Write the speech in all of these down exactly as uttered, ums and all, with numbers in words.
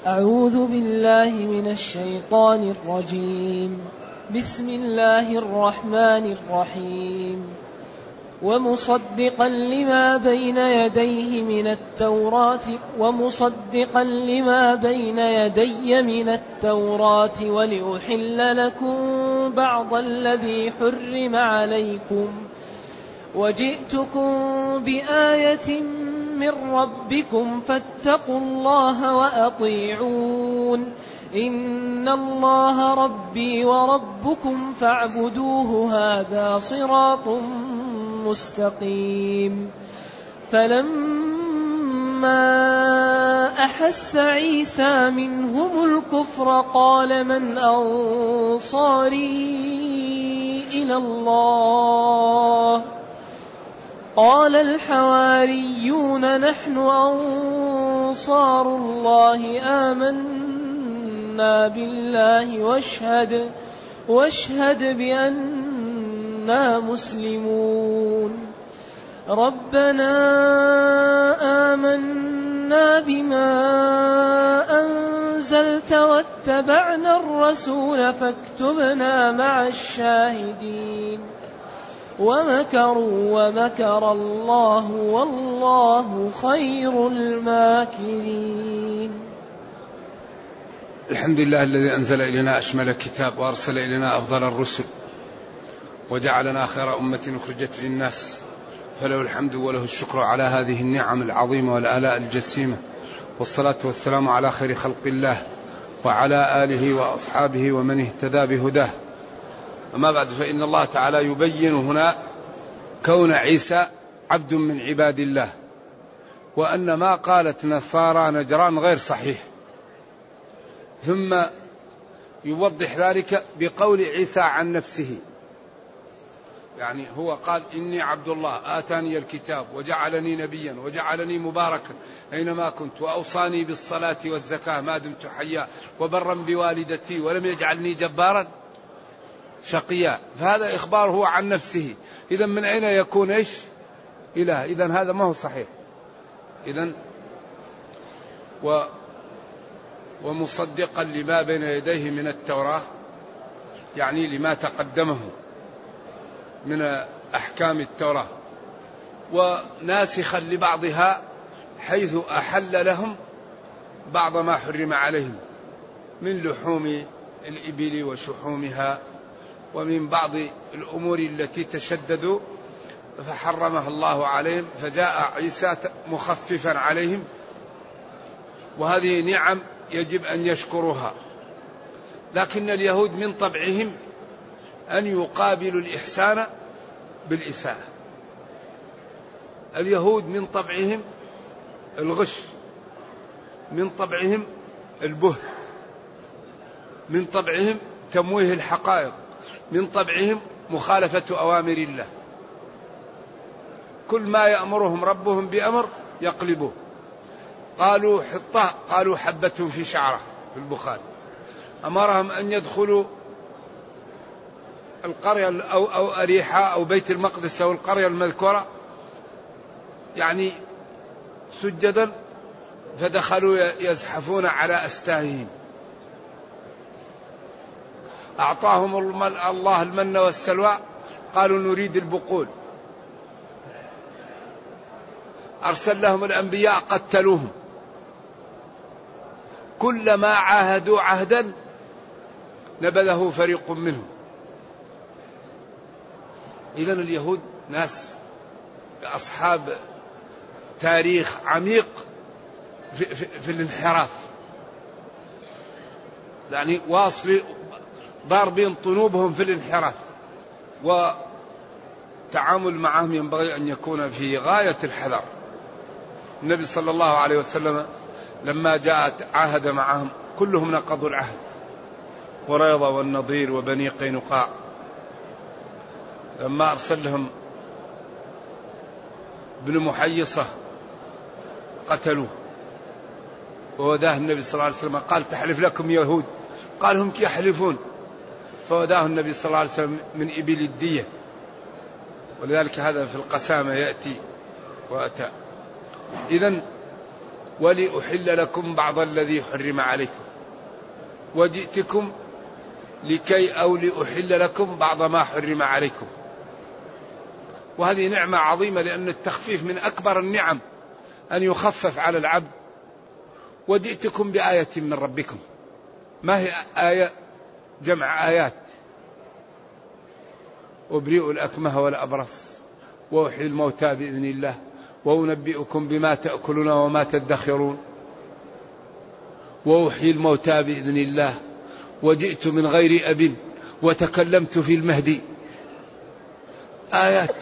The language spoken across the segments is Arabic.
أعوذ بالله من الشيطان الرجيم. بسم الله الرحمن الرحيم. ومصدقا لما بين يديه من التوراة ومصدقا لما بين يدي من التوراة ولأحل لكم بعض الذي حرم عليكم وجئتكم بآية من ربكم فاتقوا الله وأطيعون إن الله ربي وربكم فاعبدوه هذا صراط مستقيم. فلما أحس عيسى منهم الكفر قال من أنصاري إلى الله قال الحواريون نحن أنصار الله آمنا بالله واشهد, واشهد بأننا مسلمون. ربنا آمنا بما أنزلت واتبعنا الرسول فاكتبنا مع الشاهدين. ومكروا ومكر الله والله خير الماكرين. الحمد لله الذي أنزل إلينا أشمل الكتاب وأرسل إلينا أفضل الرسل وجعلنا خير أمة أخرجت للناس، فله الحمد وله الشكر على هذه النعم العظيمة والآلاء الجسيمة، والصلاة والسلام على خير خلق الله وعلى آله وأصحابه ومن اهتدى بهداه. أما بعد، فإن الله تعالى يبين هنا كون عيسى عبد من عباد الله، وأن ما قالت نصارى نجران غير صحيح، ثم يوضح ذلك بقول عيسى عن نفسه. يعني هو قال إني عبد الله آتاني الكتاب وجعلني نبيا وجعلني مباركا أينما كنت وأوصاني بالصلاة والزكاة ما دمت حيا وبرا بوالدتي ولم يجعلني جبارا شقيا. فهذا إخباره عن نفسه. إذن من أين يكون إيش إله؟ إذن هذا ما هو صحيح. إذن و ومصدقا لما بين يديه من التوراة، يعني لما تقدمه من أحكام التوراة، وناسخا لبعضها حيث أحل لهم بعض ما حرم عليهم من لحوم الإبل وشحومها، ومن بعض الأمور التي تشددوا فحرمها الله عليهم، فجاء عيسى مخففا عليهم. وهذه نعم يجب أن يشكروها. لكن اليهود من طبعهم أن يقابلوا الإحسان بالإساءة. اليهود من طبعهم الغش، من طبعهم البهت، من طبعهم تمويه الحقائق، من طبعهم مخالفة أوامر الله. كل ما يأمرهم ربهم بأمر يقلبوه. قالوا حطة قالوا حبة في شعرة في البخاري. أمرهم أن يدخلوا القرية أو, أو أريحة أو بيت المقدس أو القرية المذكورة يعني سجدا، فدخلوا يزحفون على أستاههم. أعطاهم الله المن والسلوى، قالوا نريد البقول. أرسل لهم الأنبياء قتلوهم. كلما عاهدوا عهدا نبذه فريق منهم. إذن اليهود ناس أصحاب تاريخ عميق في, في, في الانحراف، يعني واصل ضاربين طنوبهم في الانحراف، والتعامل معهم ينبغي أن يكون في غاية الحذر. النبي صلى الله عليه وسلم لما جاءت عاهد معهم كلهم نقضوا العهد، قريظة والنضير وبني قينقاع. لما أرسل لهم ابن محيصة قتلوه، ووداه النبي صلى الله عليه وسلم قال تحلف لكم يهود، قال هم كي يحلفون، فوداه النبي صلى الله عليه وسلم من إبل الدية. ولذلك هذا في القسامة يأتي وأتى. إذن ولأحل لكم بعض الذي حرم عليكم وجئتكم لكي أو لأحل لكم بعض ما حرم عليكم. وهذه نعمة عظيمة، لأن التخفيف من أكبر النعم أن يخفف على العبد. وجئتكم بآية من ربكم. ما هي آية؟ جمع آيات. أبرئ الأكمه والأبرص وأحيي الموتى بإذن الله وأنبئكم بما تأكلون وما تدخرون وأحيي الموتى بإذن الله وجئت من غير أب وتكلمت في المهدي. آيات.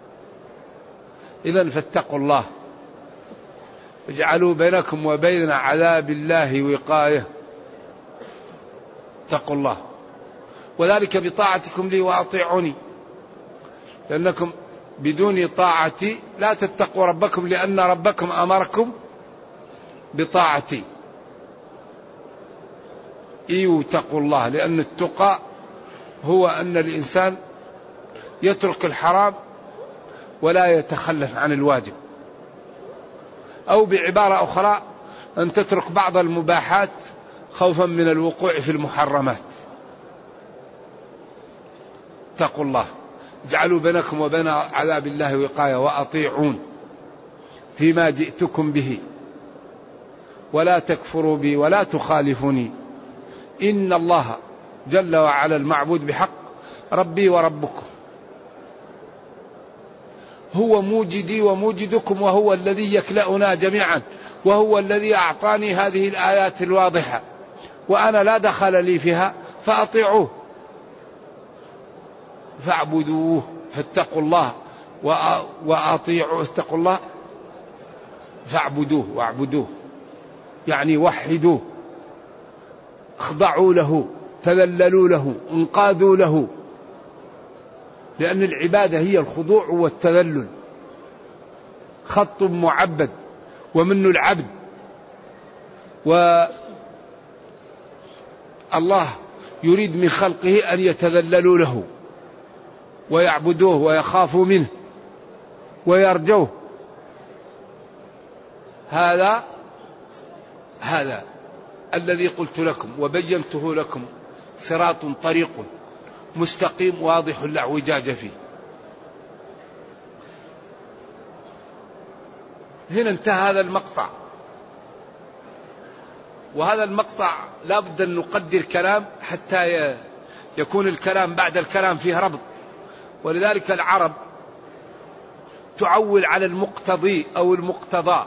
إذن فاتقوا الله، اجعلوا بينكم وبين عذاب الله وقاية. اتقوا الله، وذلك بطاعتكم لي وأطيعوني، لأنكم بدون طاعتي لا تتقوا ربكم، لأن ربكم أمركم بطاعتي. إيوا اتقوا الله، لأن التقى هو أن الإنسان يترك الحرام ولا يتخلف عن الواجب، أو بعبارة أخرى أن تترك بعض المباحات خوفا من الوقوع في المحرمات. اتقوا الله، اجعلوا بينكم وبين عذاب الله وقاية وأطيعون فيما جئتكم به ولا تكفروا بي ولا تخالفوني، إن الله جل وعلا المعبود بحق ربي وربكم، هو موجدي وموجدكم، وهو الذي يكلأنا جميعا، وهو الذي أعطاني هذه الآيات الواضحة وأنا لا دخل لي فيها، فأطيعوه فاعبدوه. فاتقوا الله وأطيعوا، اتقوا الله فاعبدوه واعبدوه، يعني وحدوه، اخضعوا له، تذللوا له، انقادوا له، لأن العبادة هي الخضوع والتذلل. خط معبد ومنه العبد، والله يريد من خلقه أن يتذللوا له ويعبدوه ويخافوا منه ويرجوه. هذا هذا الذي قلت لكم وبينته لكم، صراط طريق مستقيم واضح لا اعوجاج فيه. هنا انتهى هذا المقطع، وهذا المقطع لا بد أن نقدر كلام حتى يكون الكلام بعد الكلام فيه ربط. ولذلك العرب تعول على المقتضي أو المقتضى.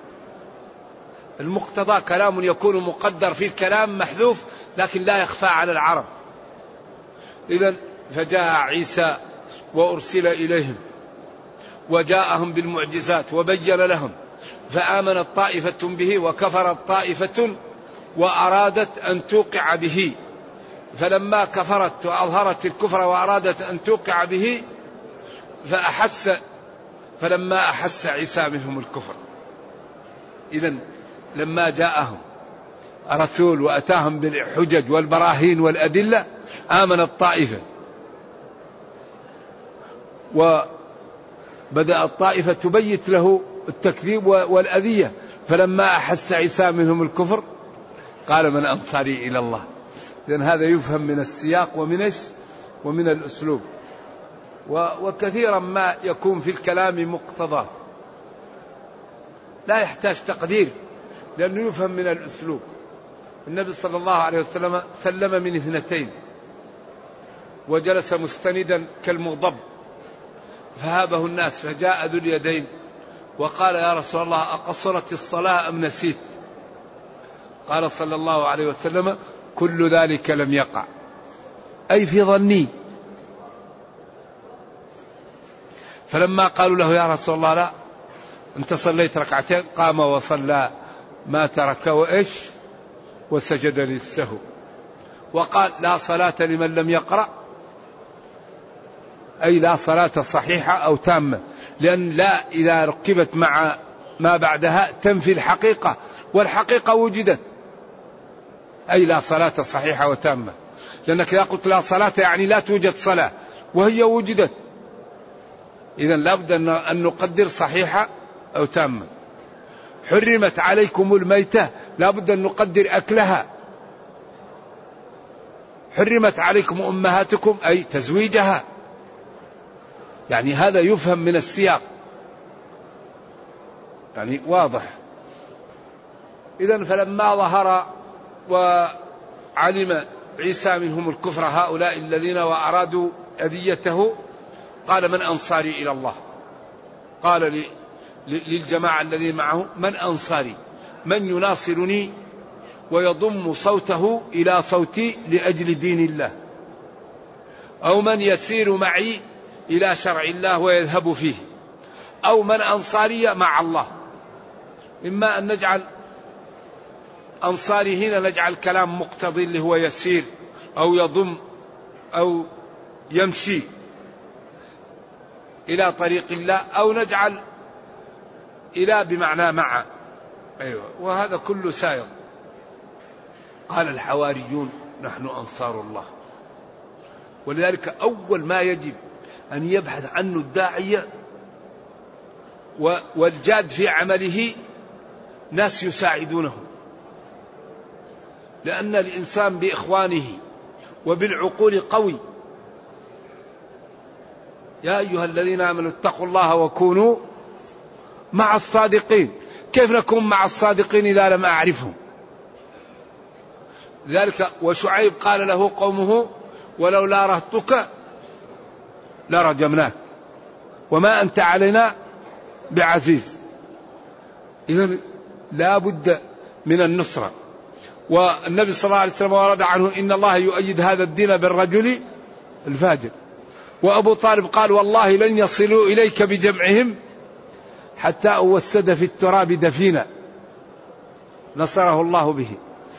المقتضى كلام يكون مقدر فيه الكلام محذوف لكن لا يخفى على العرب. إذن فجاء عيسى وأرسل إليهم وجاءهم بالمعجزات وبين لهم، فآمنت طائفة به وكفرت طائفة وأرادت أن توقع به، فلما كفرت وأظهرت الكفر وأرادت أن توقع به فأحس فلما أحس عيسى منهم الكفر. إذن لما جاءهم رسول وأتاهم بالحجج والبراهين والأدلة آمنت طائفة، وبدأت الطائفة تبيت له التكذيب والأذية، فلما أحس عيسى منهم الكفر قال من أنصاري إلى الله. لأن هذا يفهم من السياق ومن إيش ومن الأسلوب. وكثيرا ما يكون في الكلام مقتضى لا يحتاج تقدير لأنه يفهم من الأسلوب. النبي صلى الله عليه وسلم سلم من اثنتين وجلس مستندا كالمغضب، فهابه الناس، فجاء ذو اليدين وقال يا رسول الله أقصرت الصلاة أم نسيت؟ قال صلى الله عليه وسلم كل ذلك لم يقع، أي في ظني. فلما قالوا له يا رسول الله لا أنت صليت ركعتين، قام وصلى ما ترك وإيش وسجد للسهو، وقال لا صلاة لمن لم يقرأ، أي لا صلاة صحيحة أو تامة، لأن لا إذا ركبت مع ما بعدها تنفي الحقيقة، والحقيقة وجدت، أي لا صلاة صحيحة وتامة، لأنك إذا قلت لا صلاة يعني لا توجد صلاة وهي وجدت. إذن لابد أن نقدر صحيحة أو تامة. حرمت عليكم الميتة لا بد أن نقدر أكلها. حرمت عليكم أمهاتكم أي تزويجها، يعني هذا يفهم من السياق، يعني واضح. إذن فلما ظهر وعلم عيسى منهم الكفر هؤلاء الذين وأرادوا أذيته قال من أنصاري إلى الله؟ قال للجماعة الذين معه من أنصاري؟ من يناصرني ويضم صوته إلى صوتي لأجل دين الله، أو من يسير معي إلى شرع الله ويذهب فيه، أو من أنصاري مع الله. إما أن نجعل أنصاري هنا نجعل كلام مقتضي اللي هو يسير أو يضم أو يمشي إلى طريق الله، أو نجعل إلى بمعنى مع. أيوة، وهذا كله سائغ. قال الحواريون نحن أنصار الله. ولذلك أول ما يجب أن يبحث عنه الداعية والجاد في عمله ناس يساعدونه، لأن الإنسان بإخوانه وبالعقول قوي. يا أيها الذين آمنوا اتقوا الله وكونوا مع الصادقين. كيف نكون مع الصادقين إذا لم أعرفهم؟ ذلك وشعيب قال له قومه ولولا رهطك لرجمناك وما أنت علينا بعزيز. إذن لا بد من النصرة. والنبي صلى الله عليه وسلم ورد عنه إن الله يؤيد هذا الدين بالرجل الفاجر. وأبو طالب قال والله لن يصلوا إليك بجمعهم حتى أوسد في التراب دفينا، نصره الله به.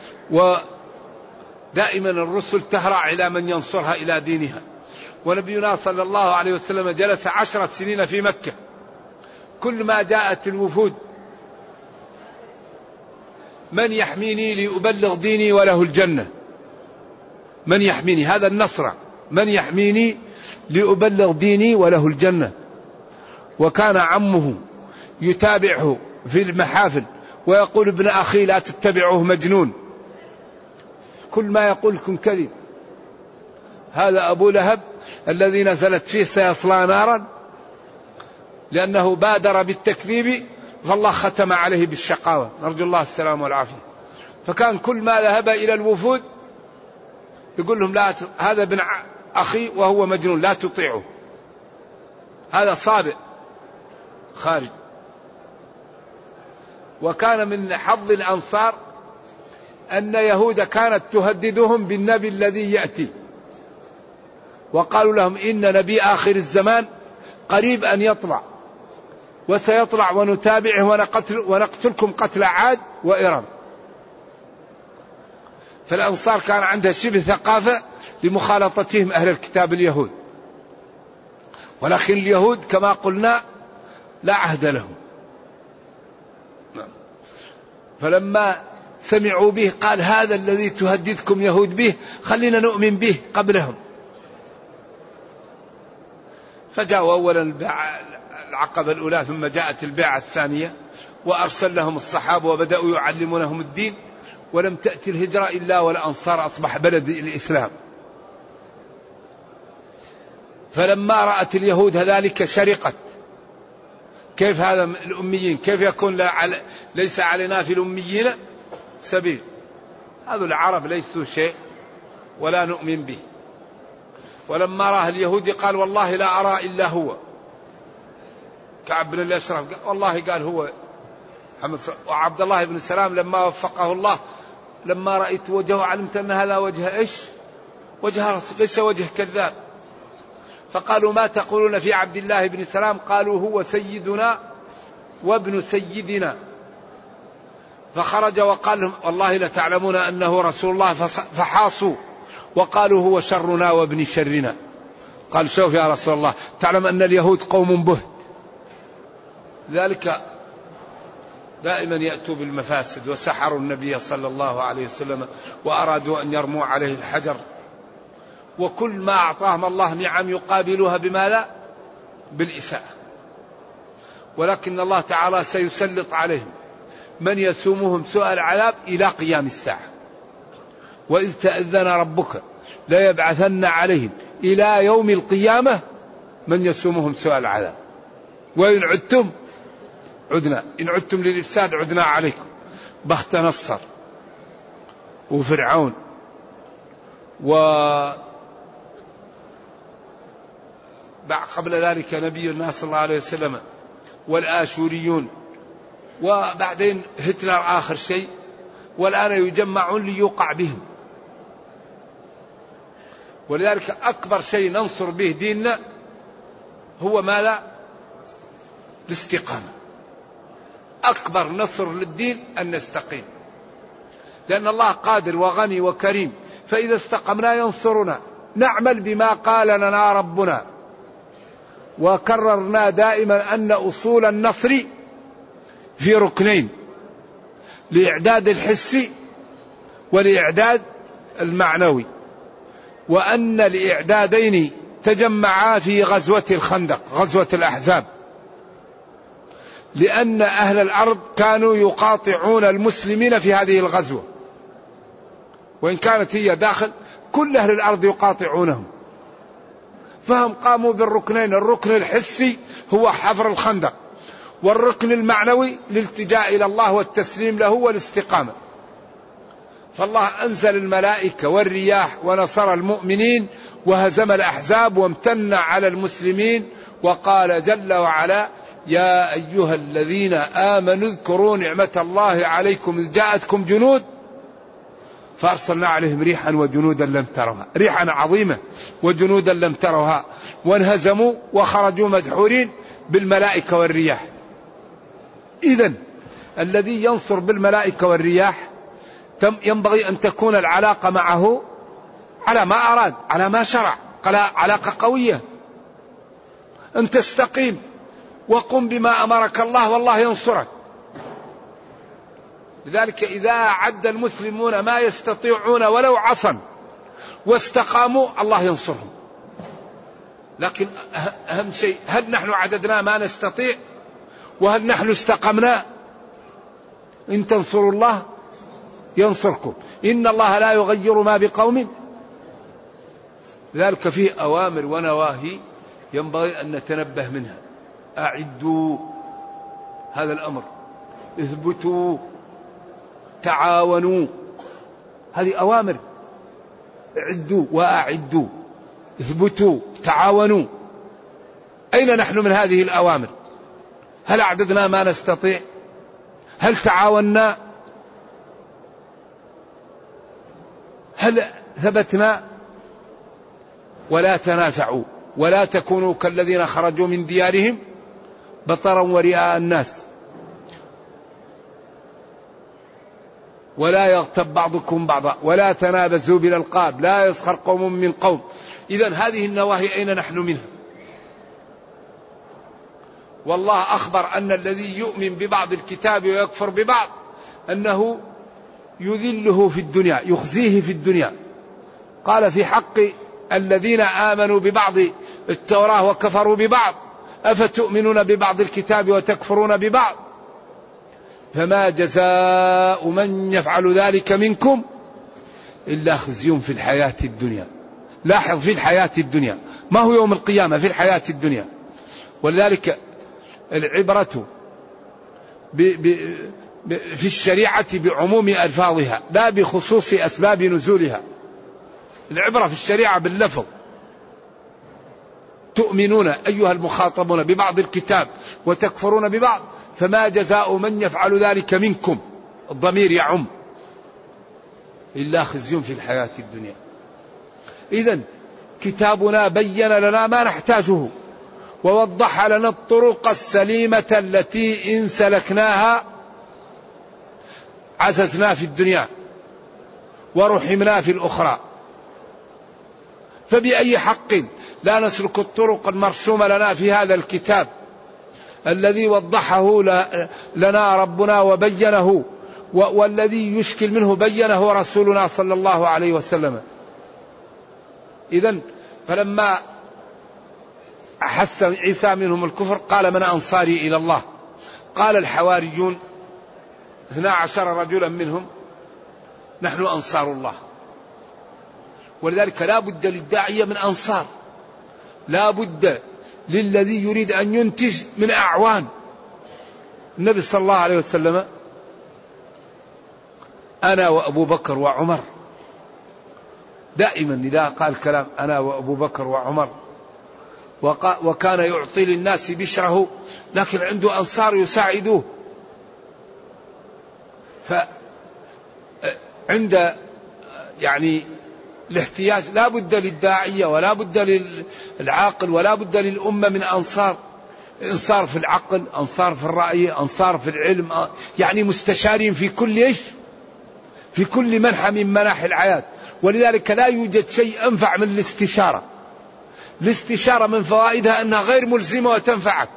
ودائما الرسل تهرع إلى من ينصرها إلى دينها. ونبينا صلى الله عليه وسلم جلس عشرة سنين في مكة، كل ما جاءت الوفود من يحميني لأبلغ ديني وله الجنة، من يحميني، هذا النصر، من يحميني لأبلغ ديني وله الجنة. وكان عمه يتابعه في المحافل ويقول ابن أخي لا تتبعوه مجنون، كل ما يقول لكم كذب. هذا أبو لهب الذي نزلت فيه سيصلى نارا لأنه بادر بالتكذيب فالله ختم عليه بالشقاوة، نرجو الله السلام والعافية. فكان كل ما ذهب إلى الوفود يقول لهم لا ت... هذا ابن أخي وهو مجنون لا تطيعه، هذا صابئ خارج. وكان من حظ الأنصار أن يهود كانت تهددهم بالنبي الذي يأتي، وقالوا لهم إن نبي آخر الزمان قريب أن يطلع وسيطلع ونتابعه ونقتل ونقتلكم قتل عاد وإرم. فالأنصار كان عندها شبه ثقافة لمخالطتهم أهل الكتاب اليهود، ولكن اليهود كما قلنا لا عهد لهم. فلما سمعوا به قال هذا الذي تهددكم يهود به خلينا نؤمن به قبلهم. فجاءوا أولا العقبة الأولى ثم جاءت البيعة الثانية وأرسل لهم الصحابة وبدأوا يعلمونهم الدين. ولم تأتي الهجرة إلا والأنصار أصبح بلد الإسلام. فلما رأت اليهود ذلك شرقت، كيف هذا الأميين، كيف يكون ليس علينا في الأميين سبيل، هذا العرب ليسوا شيء ولا نؤمن به. ولما رأى اليهود قال والله لا أرى إلا هو. كعب بن الأشرف والله قال هو محمد. وعبد الله بن سلام لما وفقه الله لما رأيت وجهه علمت أن هذا وجه إيش؟ وجه رسول، ليس وجه كذاب. فقالوا ما تقولون في عبد الله بن سلام؟ قالوا هو سيدنا وابن سيدنا. فخرج وقال لهم والله لتعلمون أنه رسول الله، فحاصوا وقالوا هو شرنا وابن شرنا. قال شوف يا رسول الله تعلم أن اليهود قوم بهت، ذلك دائما يأتوا بالمفاسد. وسحروا النبي صلى الله عليه وسلم وأرادوا أن يرموا عليه الحجر، وكل ما أعطاهم الله نعم يقابلوها بما لا بالإساءة. ولكن الله تعالى سيسلط عليهم من يسومهم سوء العذاب إلى قيام الساعة. وإذ تأذن ربك لا يبعثن عليهم إلى يوم القيامة من يسومهم سوء العذاب وإن عدتم عدنا، إن عدتم للإفساد عدنا عليكم. بخت نصر وفرعون و قبل ذلك نبينا صلى الله عليه وسلم والآشوريون، وبعدين هتلر آخر شيء، والآن يجمعون ليوقع بهم. ولذلك أكبر شيء ننصر به ديننا هو ماذا؟ الاستقامة. أكبر نصر للدين أن نستقيم، لأن الله قادر وغني وكريم، فإذا استقمنا ينصرنا. نعمل بما قال لنا ربنا، وكررنا دائما أن أصول النصر في ركنين: لإعداد الحسي والإعداد المعنوي، وأن الإعدادين تجمعا في غزوة الخندق، غزوة الأحزاب، لأن أهل الأرض كانوا يقاطعون المسلمين في هذه الغزوة، وإن كانت هي داخل كل أهل الأرض يقاطعونهم، فهم قاموا بالركنين: الركن الحسي هو حفر الخندق، والركن المعنوي الالتجاء إلى الله والتسليم له والاستقامة. فالله أنزل الملائكة والرياح ونصر المؤمنين وهزم الأحزاب وامتن على المسلمين، وقال جل وعلا: يا أيها الذين آمنوا اذكروا نعمة الله عليكم إذ جاءتكم جنود فأرسلنا عليهم ريحا وجنودا لم تروها، ريحا عظيمة وجنودا لم تروها، وانهزموا وخرجوا مدحورين بالملائكة والرياح. إذن الذي ينصر بالملائكة والرياح ينبغي أن تكون العلاقة معه على ما أراد، على ما شرع، علاقة قوية. أن تستقيم وقم بما أمرك الله والله ينصرك. لذلك إذا أعد المسلمون ما يستطيعون ولو عصا واستقاموا الله ينصرهم. لكن أهم شيء، هل نحن عددنا ما نستطيع؟ وهل نحن استقمنا؟ إن تنصروا الله ينصركم، إن الله لا يغير ما بقوم. لذلك فيه أوامر ونواهي ينبغي أن نتنبه منها. أعدوا، هذا الأمر. اثبتوا، تعاونوا، هذه أوامر. اعدوا وأعدوا، اثبتوا، تعاونوا. أين نحن من هذه الأوامر؟ هل أعددنا ما نستطيع؟ هل تعاوننا؟ هل ثبتنا؟ ولا تنازعوا ولا تكونوا كالذين خرجوا من ديارهم بطرا ورئاء الناس ولا يغتب بعضكم بعضا ولا تنابزوا بالألقاب لا يسخر قوم من قوم. إذن هذه النواهي أين نحن منها؟ والله أخبر أن الذي يؤمن ببعض الكتاب ويكفر ببعض أنه يذله في الدنيا، يخزيه في الدنيا. قال في حق الذين آمنوا ببعض التوراة وكفروا ببعض: أفتؤمنون ببعض الكتاب وتكفرون ببعض؟ فما جزاء من يفعل ذلك منكم إلا خزي في الحياة الدنيا. لاحظ، في الحياة الدنيا، ما هو يوم القيامة، في الحياة الدنيا. ولذلك العبرة ب ب ب في الشريعة بعموم ألفاظها لا بخصوص أسباب نزولها. العبرة في الشريعة باللفظ. تؤمنون أيها المخاطبون ببعض الكتاب وتكفرون ببعض، فما جزاء من يفعل ذلك منكم، الضمير يعم، إلا خزي في الحياة الدنيا. إذن كتابنا بين لنا ما نحتاجه ووضح لنا الطرق السليمة التي إن سلكناها عززنا في الدنيا ورحمنا في الأخرى. فبأي حق لا نسلك الطرق المرسومة لنا في هذا الكتاب الذي وضحه لنا ربنا وبينه، والذي يشكل منه بينه رسولنا صلى الله عليه وسلم. إذن فلما أحس عيسى منهم الكفر قال: من أنصاري إلى الله؟ قال الحواريون اثنا عشر رجلا منهم نحن أنصار الله. ولذلك لا بد للداعية من أنصار، لا بد للذي يريد أن ينتج من أعوان. النبي صلى الله عليه وسلم أنا وأبو بكر وعمر، دائما إذا قال كلام أنا وأبو بكر وعمر، وكان يعطي للناس بشره لكن عنده أنصار يساعدوه. فعند يعني الاحتياج لا بد للداعية ولا بد للعاقل ولا بد للأمة من أنصار، أنصار في العقل، أنصار في الرأي، أنصار في العلم، يعني مستشارين في كل إيش، في كل منحى من مناحي الحياة. ولذلك لا يوجد شيء أنفع من الاستشارة. الاستشارة من فوائدها أنها غير ملزمة وتنفعك،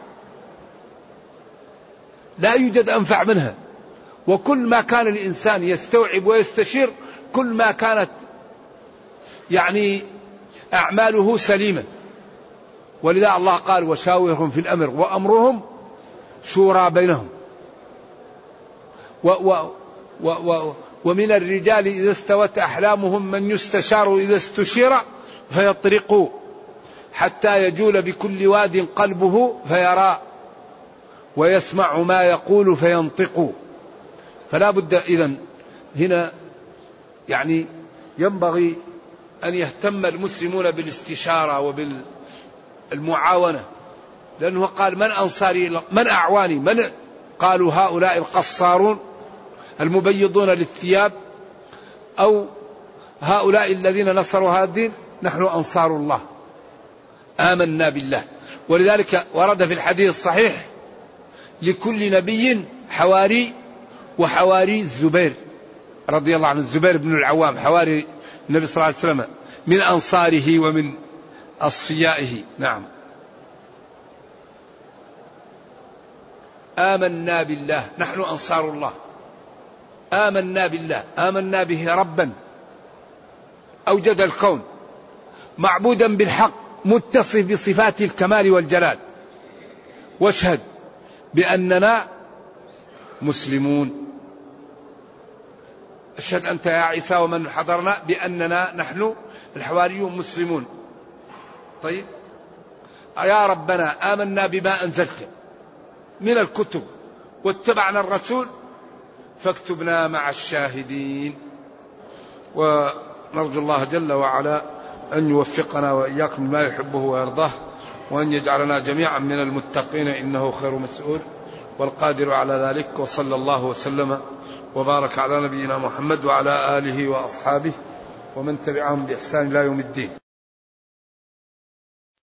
لا يوجد أنفع منها. وكل ما كان الإنسان يستوعب ويستشير كل ما كانت يعني أعماله سليمة. ولذا الله قال وشاورهم في الأمر وأمرهم شورى بينهم. و و و و ومن الرجال إذا استوت أحلامهم من يستشار إذا استشير فيطرق حتى يجول بكل واد قلبه فيرى ويسمع ما يقول فينطق. فلا بد إذن هنا يعني ينبغي أن يهتم المسلمون بالاستشارة وبالمعاونة، لأنه قال من أنصاري من أعواني، من قالوا هؤلاء القصارون المبيضون للثياب أو هؤلاء الذين نصروا هذا الدين، نحن أنصار الله آمنا بالله. ولذلك ورد في الحديث الصحيح لكل نبي حواري، وحواري الزبير رضي الله عنه، الزبير بن العوام حواري النبي صلى الله عليه وسلم من أنصاره ومن أصفيائه. نعم آمنا بالله، نحن أنصار الله، آمنا بالله، آمنا به ربا أوجد الكون معبودا بالحق متصف بصفات الكمال والجلال، واشهد بأننا مسلمون. اشهد أنت يا عيسى ومن حضرنا بأننا نحن الحواريون مسلمون. طيب يا ربنا آمنا بما أنزلت من الكتب واتبعنا الرسول فاكتبنا مع الشاهدين. ونرجو الله جل وعلا أن يوفقنا وإياكم ما يحبه ويرضاه، وأن يجعلنا جميعا من المتقين إنه خير مسؤول والقادر على ذلك. وصلى الله وسلم وبارك على نبينا محمد وعلى آله وأصحابه ومن تبعهم بإحسان إلى يوم الدين.